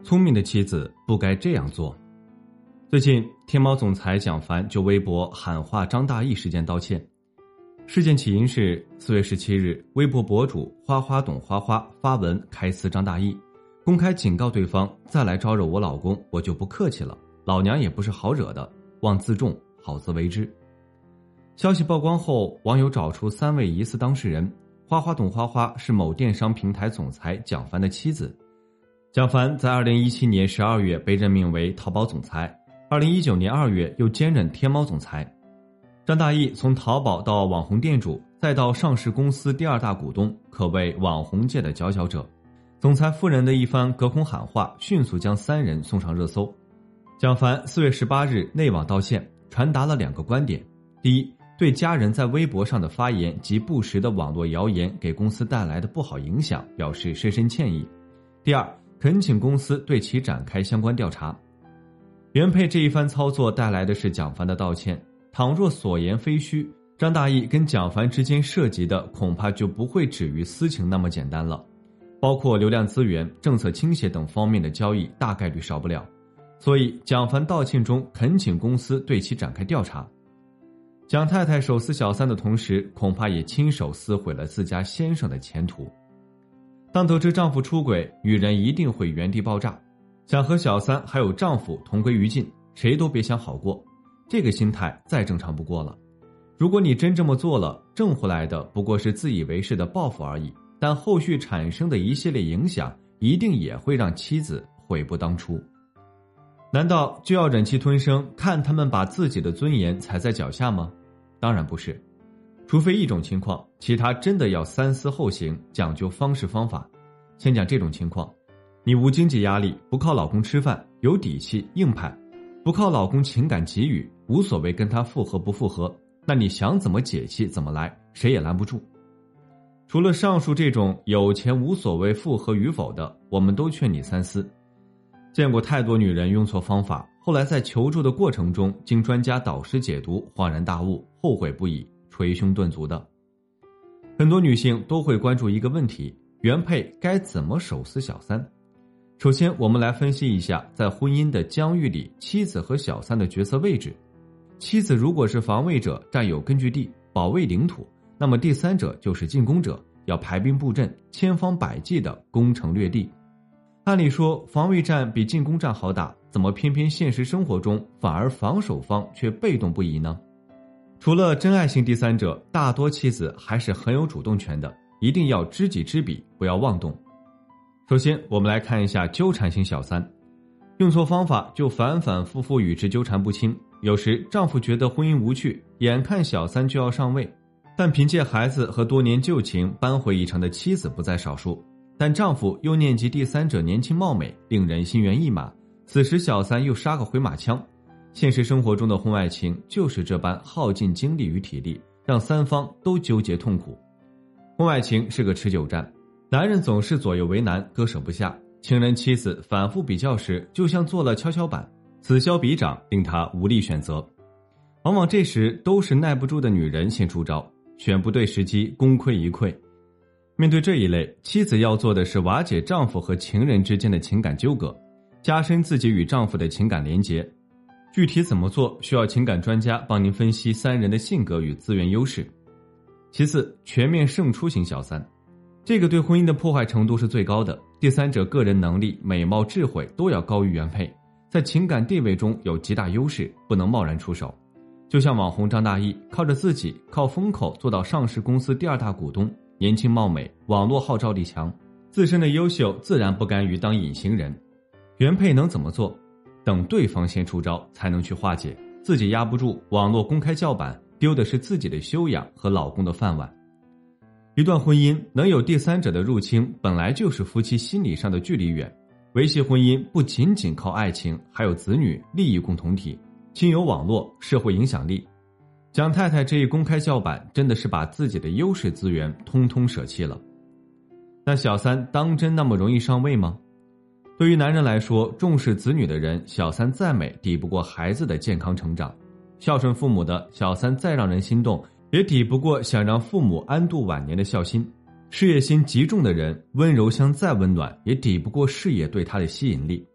聪明的妻子不该这样做。最近，天猫总裁蒋凡就微博喊话张大奕事件道歉。事件起因是4月17日，微博博主花花懂花花发文开撕张大奕，公开警告对方再来招惹我老公，我就不客气了，老娘也不是好惹的，望自重，好自为之。消息曝光后，网友找出3位疑似当事人。花花懂花花是某电商平台总裁蒋凡的妻子。蒋凡在2017年12月被任命为淘宝总裁，2019年2月又兼任天猫总裁。张大奕从淘宝到网红店主，再到上市公司第2大股东，可谓网红界的佼佼者。总裁夫人的一番隔空喊话，迅速将3人送上热搜。蒋凡4月18日内网道歉，传达了2个观点：第一，对家人在微博上的发言及不实的网络谣言给公司带来的不好影响表示深深歉意；第二，恳请公司对其展开相关调查。原配这一番操作带来的是蒋凡的道歉，倘若所言非虚，张大奕跟蒋凡之间涉及的恐怕就不会止于私情那么简单了，包括流量资源、政策倾斜等方面的交易大概率少不了。所以蒋凡道歉中恳请公司对其展开调查。蒋太太手撕小三的同时，恐怕也亲手撕毁了自家先生的前途。当得知丈夫出轨，女人一定会原地爆炸，想和小三还有丈夫同归于尽，谁都别想好过。这个心态再正常不过了。如果你真这么做了，挣回来的不过是自以为是的报复而已，但后续产生的一系列影响，一定也会让妻子悔不当初。难道就要忍气吞声，看他们把自己的尊严踩在脚下吗？当然不是，除非一种情况，其他真的要三思后行，讲究方式方法。先讲这种情况，你无经济压力，不靠老公吃饭，有底气硬派，不靠老公情感给予，无所谓跟他复合不复合，那你想怎么解气怎么来，谁也拦不住。除了上述这种有钱无所谓复合与否的，我们都劝你三思。见过太多女人用错方法，后来在求助的过程中，经专家导师解读，恍然大悟，后悔不已，捶胸顿足的。很多女性都会关注一个问题：原配该怎么手撕小三？首先，我们来分析一下在婚姻的疆域里，妻子和小三的角色位置。妻子如果是防卫者，占有根据地，保卫领土，那么第三者就是进攻者，要排兵布阵，千方百计的攻城略地。按理说防卫战比进攻战好打，怎么偏偏现实生活中反而防守方却被动不移呢？除了真爱型第三者，大多妻子还是很有主动权的，一定要知己知彼，不要妄动。首先，我们来看一下纠缠型小三，用错方法就反反复复与之纠缠不清。有时丈夫觉得婚姻无趣，眼看小三就要上位，但凭借孩子和多年旧情扳回一城的妻子不在少数。但丈夫又念及第三者年轻貌美，令人心猿意马，此时小三又杀个回马枪。现实生活中的婚外情就是这般耗尽精力与体力，让三方都纠结痛苦。婚外情是个持久战，男人总是左右为难，割舍不下，情人妻子反复比较时，就像做了跷跷板，此消彼长，令他无力选择。往往这时都是耐不住的女人先出招，选不对时机，功亏一篑。面对这一类，妻子要做的是瓦解丈夫和情人之间的情感纠葛，加深自己与丈夫的情感连结。具体怎么做，需要情感专家帮您分析三人的性格与资源优势。其次，全面胜出型小三，这个对婚姻的破坏程度是最高的，第三者个人能力、美貌、智慧都要高于原配，在情感地位中有极大优势，不能贸然出手。就像网红张大奕，靠着自己靠风口做到上市公司第2大股东，年轻貌美，网络号召力强，自身的优秀自然不甘于当隐形人。原配能怎么做？等对方先出招才能去化解，自己压不住，网络公开叫板，丢的是自己的修养和老公的饭碗。一段婚姻能有第三者的入侵，本来就是夫妻心理上的距离远。维系婚姻不仅仅靠爱情，还有子女、利益共同体、亲友网络、社会影响力。蒋太太这一公开叫板，真的是把自己的优势资源通通舍弃了。那小三当真那么容易上位吗？对于男人来说，重视子女的人，小三再美抵不过孩子的健康成长；孝顺父母的小三再让人心动，也抵不过想让父母安度晚年的孝心；事业心极重的人，温柔乡再温暖，也抵不过事业对他的吸引力。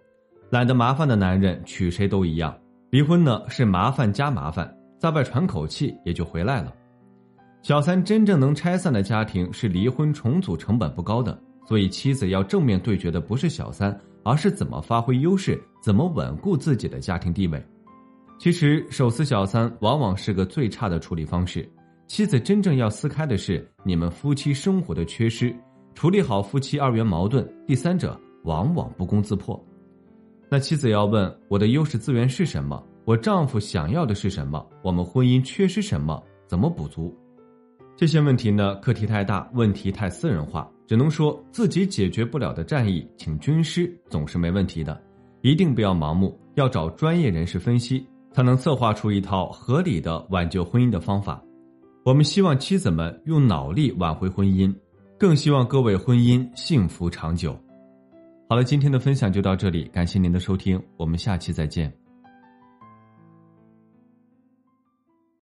懒得麻烦的男人娶谁都一样，离婚呢是麻烦加麻烦，在外喘口气也就回来了。小三真正能拆散的家庭是离婚重组成本不高的，所以妻子要正面对决的不是小三，而是怎么发挥优势，怎么稳固自己的家庭地位。其实手撕小三往往是个最差的处理方式，妻子真正要撕开的是你们夫妻生活的缺失，处理好夫妻二元矛盾，第三者往往不攻自破。那妻子要问，我的优势资源是什么？我丈夫想要的是什么？我们婚姻缺失什么？怎么补足？这些问题呢，课题太大，问题太私人化，只能说自己解决不了的战役，请军师总是没问题的。一定不要盲目，要找专业人士分析，才能策划出一套合理的挽救婚姻的方法。我们希望妻子们用脑力挽回婚姻，更希望各位婚姻幸福长久。好了，今天的分享就到这里，感谢您的收听，我们下期再见。